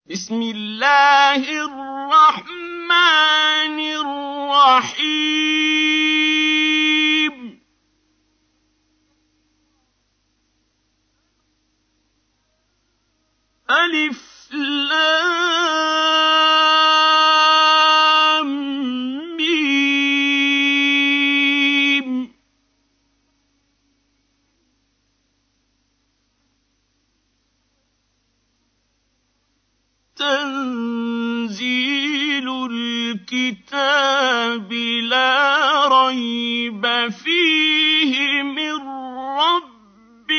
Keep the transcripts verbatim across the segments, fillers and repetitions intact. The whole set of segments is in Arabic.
بسم الله الرحمن الرحيم ألف لام ميم تنزيل الكتاب لا ريب فيه من رب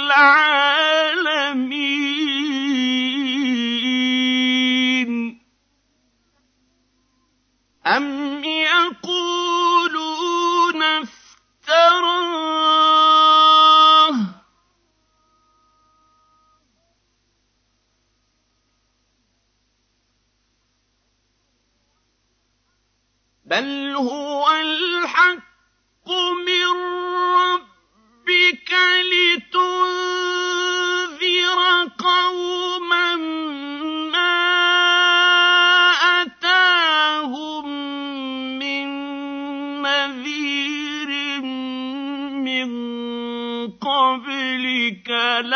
العالمين أم يقولون افتراه بل هو الحق من ربك لتنذر قوما ما أتاهم من نذير من قبلك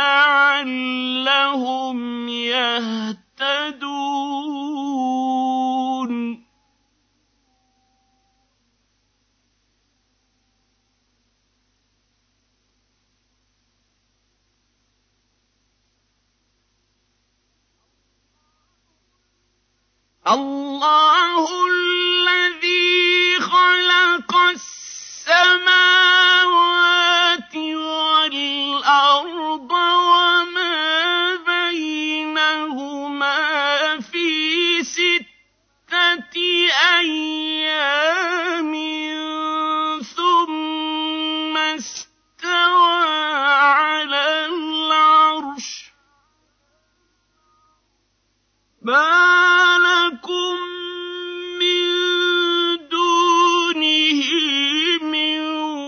لعلهم يهتدون الله الذي خلق السماوات والأرض وما بينهما في ستة أيام ثم استوى على العرش ما لكم من دونه من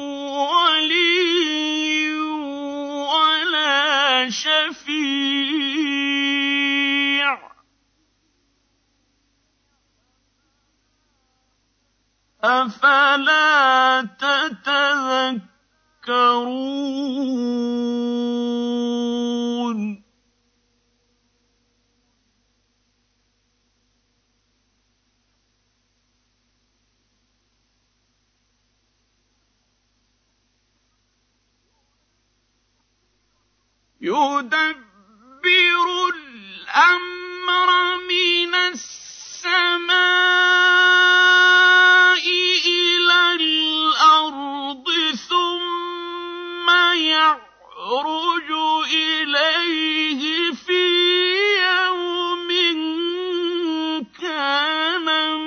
ولي ولا شفيع أفلا تتذكرون يدبر الأمر من السماء إلى الأرض ثم يعرج إليه في يوم كان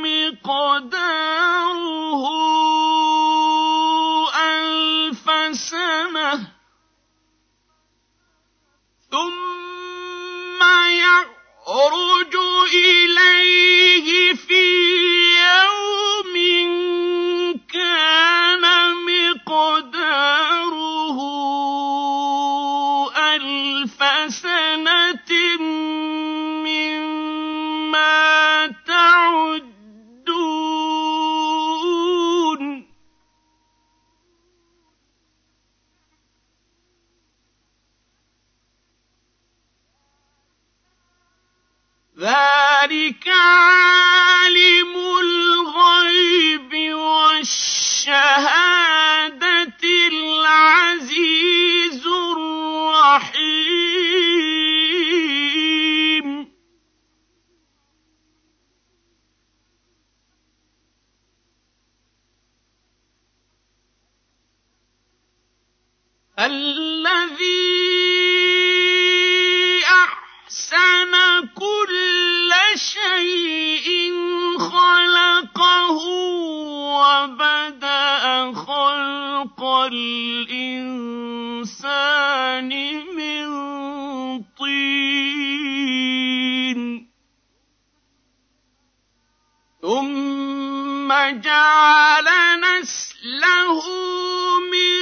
مقداره ألف سنة ثم يعرج إليه في يوم كان مقداره ألف سنة مما تعدون ذلك عالم الغيب والشهادة العزيز الرحيم الذي أحسن كل شيء خلقه وبدأ خلق الإنسان من طين ثم جعل نسله من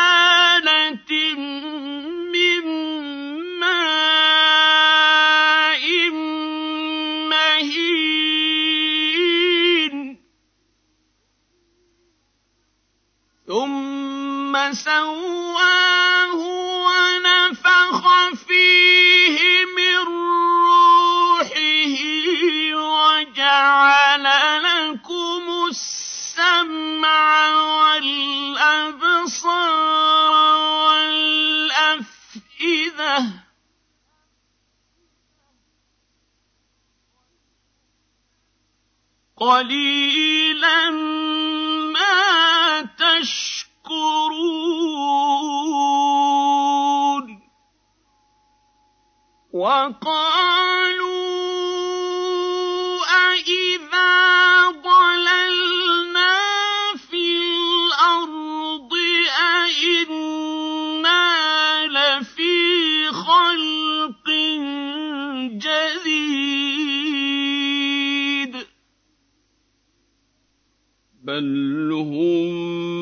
سلالة من ماء قَلِيلًا مَا تَشْكُرُونَ وَقَالُوا أَإِذَا ضَلَلْنَا فِي الْأَرْضِ أَإِنَّا لَفِي خَلْقٍ جَدِيدٍ بَلْ هُم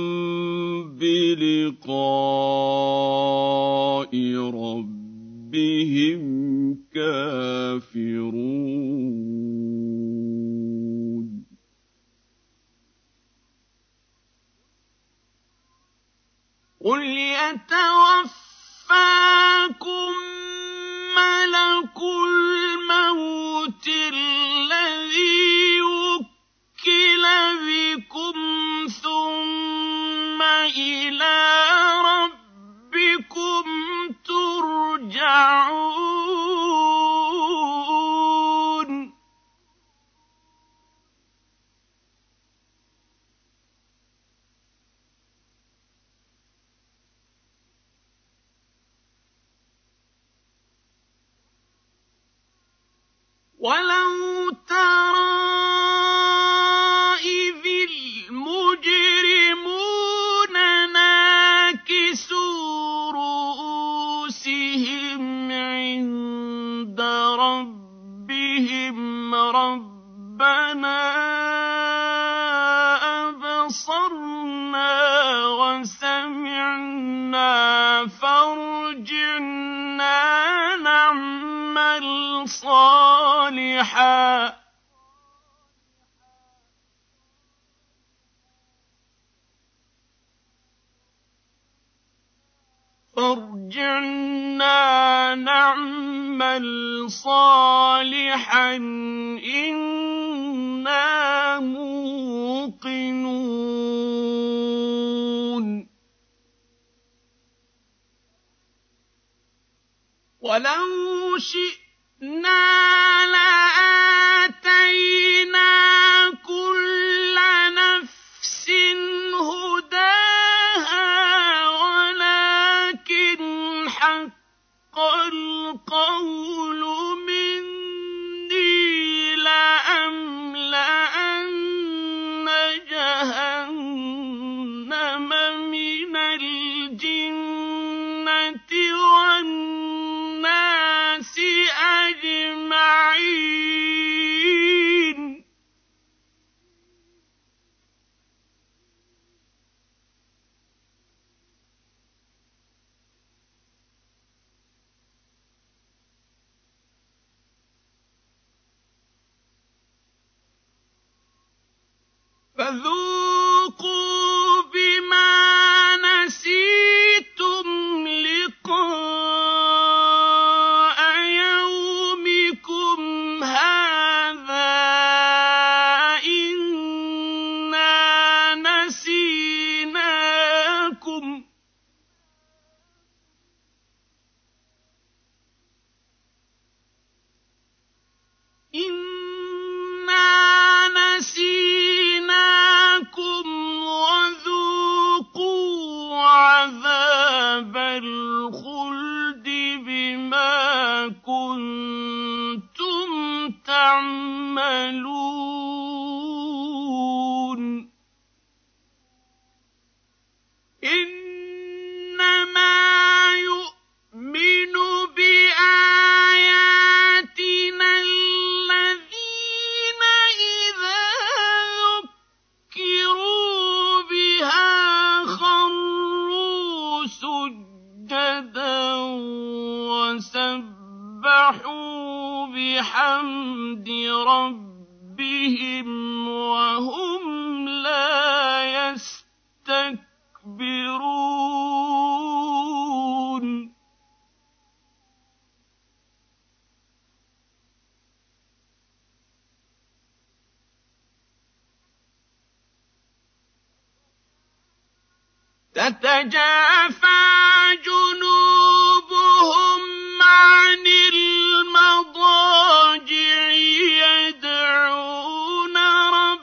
بِلِقَاءِ رَبِّهِمْ كَافِرُونَ قُلْ يَتَوَفَّاكُم مَّلَكُ الْمَوْتِ الَّذِي وُكِّلَ بِكُمْ ثُمَّ إِلَىٰ رَبِّكُمْ تُرْجَعُونَ وَلَوْ تَرَىٰ إِذِ الْمُجْرِمُونَ نَاكِسُو رُءُوسِهِمْ عِندَ رَبِّهِمْ رَبَّنَا أَبْصَرْنَا وَسَمِعْنَا فَارْجِعْنَا نَعْمَلْ صَالِحًا فَارْجِعْنَا نَعْمَلْ صَالِحًا إِنَّا مُوقِنُونَ وَلَوْ شِئْنَا لَآتَيْنَا كُلَّ نَفْسٍ هُدَاهَا وَلَٰكِنْ حَقَّ الْقَوْلُ مِنِّي لَأَمْلَأَنَّ جَهَنَّمَ مِنَ الْجِنَّةِ وَالنَّاسِ أَجْمَعِينَ فَذُوقُوا بِمَا نَسِيتُمْ لِقَاءَ يَوْمِكُمْ هَٰذَا إِنَّا نَسِينَاكُمْ وَذُوقُوا عَذَابَ الْخُلْدِ بِمَا كُنتُمْ تَعْمَلُونَ إِنَّمَا يُؤْمِنُ بِآيَاتِنَا الَّذِينَ إِذَا ذُكِّرُوا بِهَا خَرُّوا سُجَّدًا وَسَبَّحُوا بِحَمْدِ رَبِّهِمْ وَهُمْ لَا يَسْتَكْبِرُونَ تَتَجَافَىٰ جُنُوبُهُمْ عَنِ الْمَضَاجِعِ يَدْعُونَ رَبَّهُمْ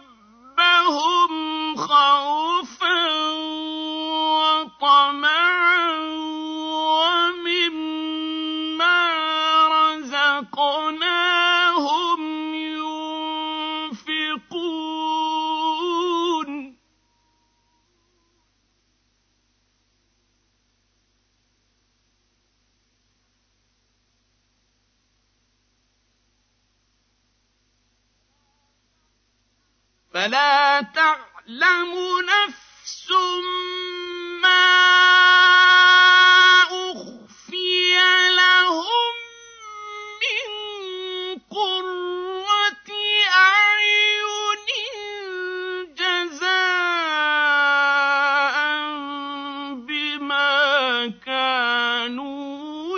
رَزَقْنَاهُمْ يُنفِقُونَ فَلَا تَعْلَمُ نَفْسٌ مَّا أُخْفِيَ لَهُم مِّن قُرَّةِ أَعْيُنٍ جَزَاءً بِمَا كَانُوا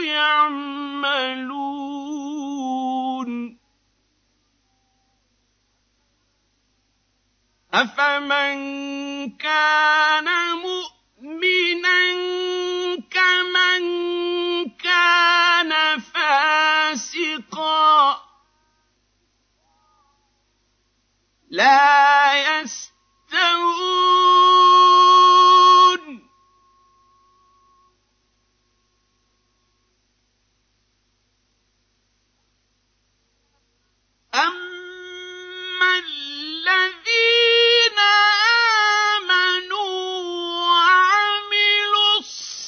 يَعْمَلُونَ أَفَمَن كَانَ مُؤْمِنًا كَمَن كَانَ فَاسِقًا ۚ لَّا يَسْتَوُونَ أَمَّا الَّذِينَ آمَنُوا وَعَمِلُوا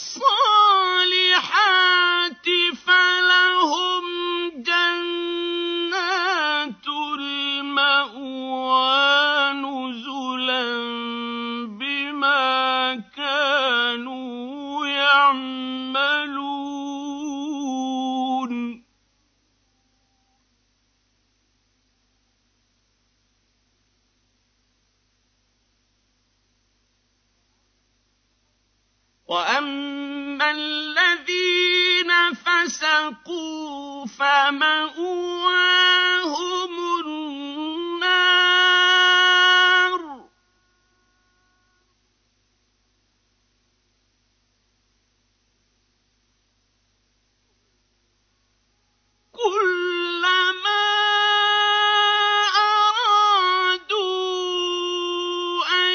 الصَّالِحَاتِ فَلَهُمْ جَنَّاتُ الْمَأْوَىٰ نُزُلًا بِمَا كَانُوا يَعْمَلُونَ وَأَمَّا الَّذِينَ فَسَقُوا فَمَأْوَاهُمُ النَّارُ كُلَّمَا أَرَادُوا أَن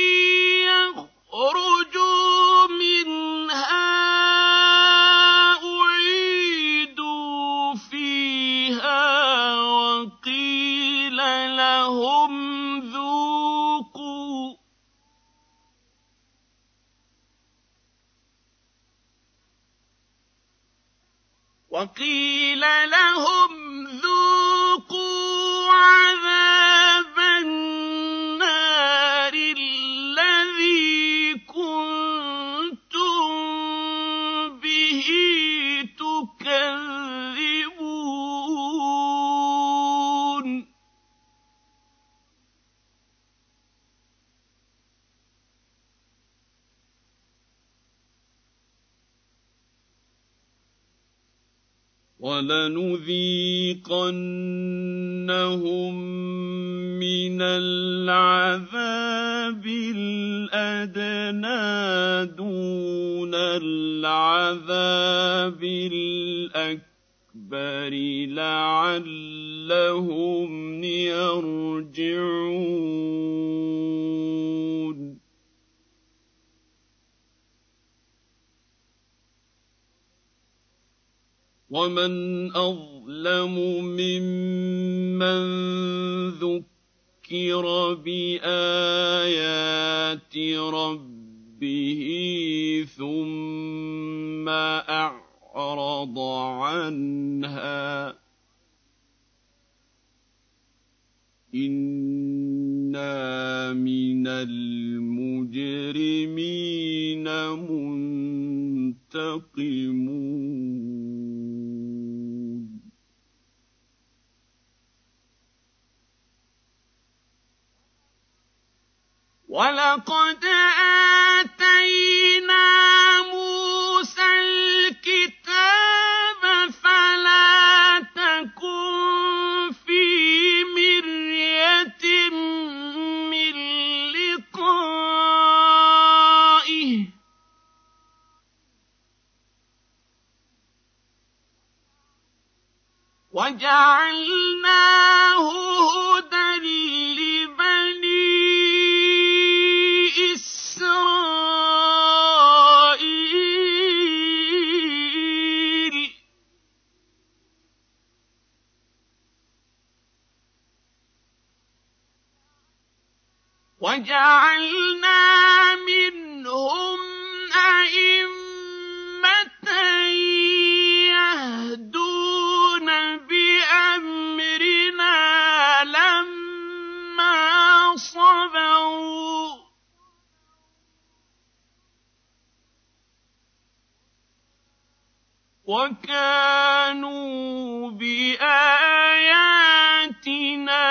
يَخْرُجُوا مِنْهَا أُعِيدُوا فِيهَا وَقِيلَ لَهُمْ ذُوقُوا وَقِيلَ لَهُمْ ذُوقُوا عَذَابَ النَّارِ الَّذِي كُنتُم بِهِ تُكَذِّبُونَ وَلَنُذِيقَنَّهُم مِّنَ الْعَذَابِ الْأَدْنَىٰ دُونَ الْعَذَابِ الْأَكْبَرِ لَعَلَّهُمْ يَرْجِعُونَ وَمَنْ أَظْلَمُ مِمَّن ذُكِّرَ بِآيَاتِ رَبِّهِ ثُمَّ أَعْرَضَ عَنْهَا ۚ إِنَّا مِنَ الْمُجْرِمِينَ مُنتَقِمُونَ وَلَقَدْ آتَيْنَا مُوسَى الْكِتَابَ فَلَا تَكُن فِي مِرْيَةٍ مِّن لِّقَائِهِ ۖ وَجَعَلْنَاهُ هُدًى لِّبَنِي إِسْرَائِيلَ وَجَعَلْنَا مِنْهُمْ أَئِمَّةً يَهْدُونَ بِأَمْرِنَا لَمَّا صَبَرُوا ۖ وَكَانُوا بِآيَاتِنَا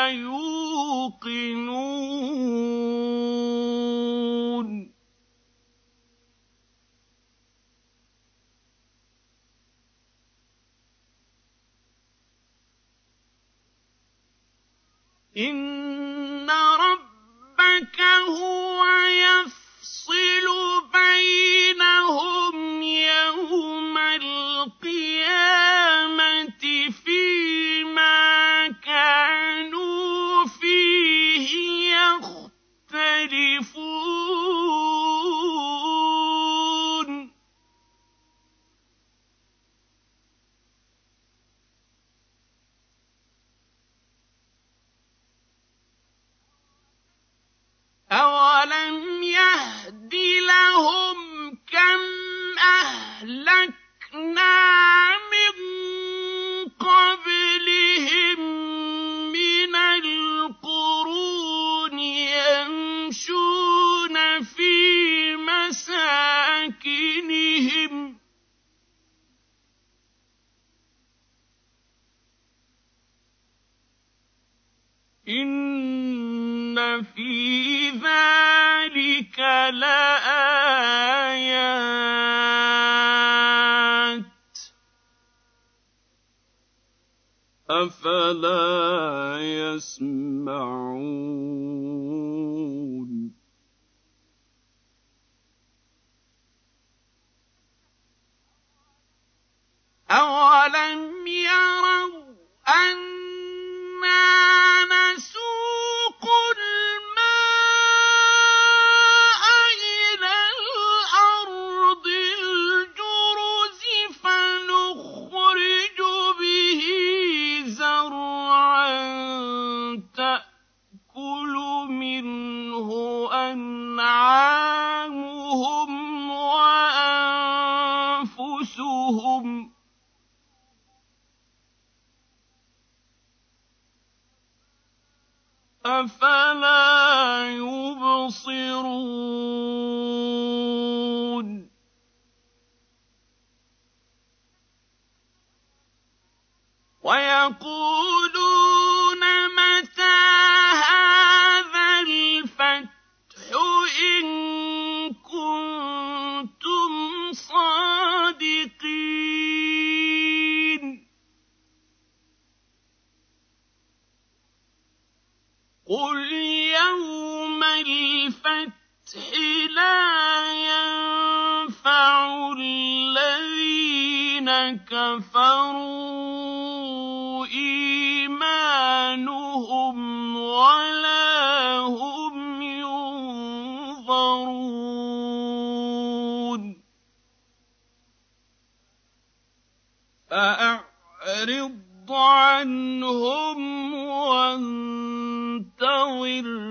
يُوقِنُونَ إِنَّ رَبَّكَ هُوَ يَفْصِلُ بَيْنَهُمْ يَوْمَ الْقِيَامَةِ فِيمَا كَانُوا فِيهِ يَخْتَلِفُونَ أَوَلَمْ يَهْدِ لَهُمْ كَمْ أَهْلَكْنَا مِن قَبْلِهِم مِّنَ الْقُرُونِ يَمْشُونَ فِي مَسَاكِنِهِمْ ۗ إِنَّ فِي ذَٰلِكَ لَآيَاتٍ ۖ أَفَلَا يَسْمَعُونَ أَوَلَمْ يَرَوْا أَنَّا نَسُوقُ الْمَاءَ إِلَى الْأَرْضِ الْجُرُزِ فَنُخْرِجُ بِهِ زَرْعًا تَأْكُلُ مِنْهُ أَنْعَامُهُمْ وَأَنفُسُهُمْ ۖ أَفَلَا يُبْصِرُونَ وَيَقُولُونَ مَتَىٰ هَٰذَا الْفَتْحُ إِن كُنتُمْ صَادِقِينَ قُلْ يَوْمَ الْفَتْحِ لَا يَنفَعُ الَّذِينَ كَفَرُوا إِيمَانُهُمْ وَلَا هُمْ يُنظَرُونَ فَأَعْرِضْ عَنْهُمْ وَانتَظِرْ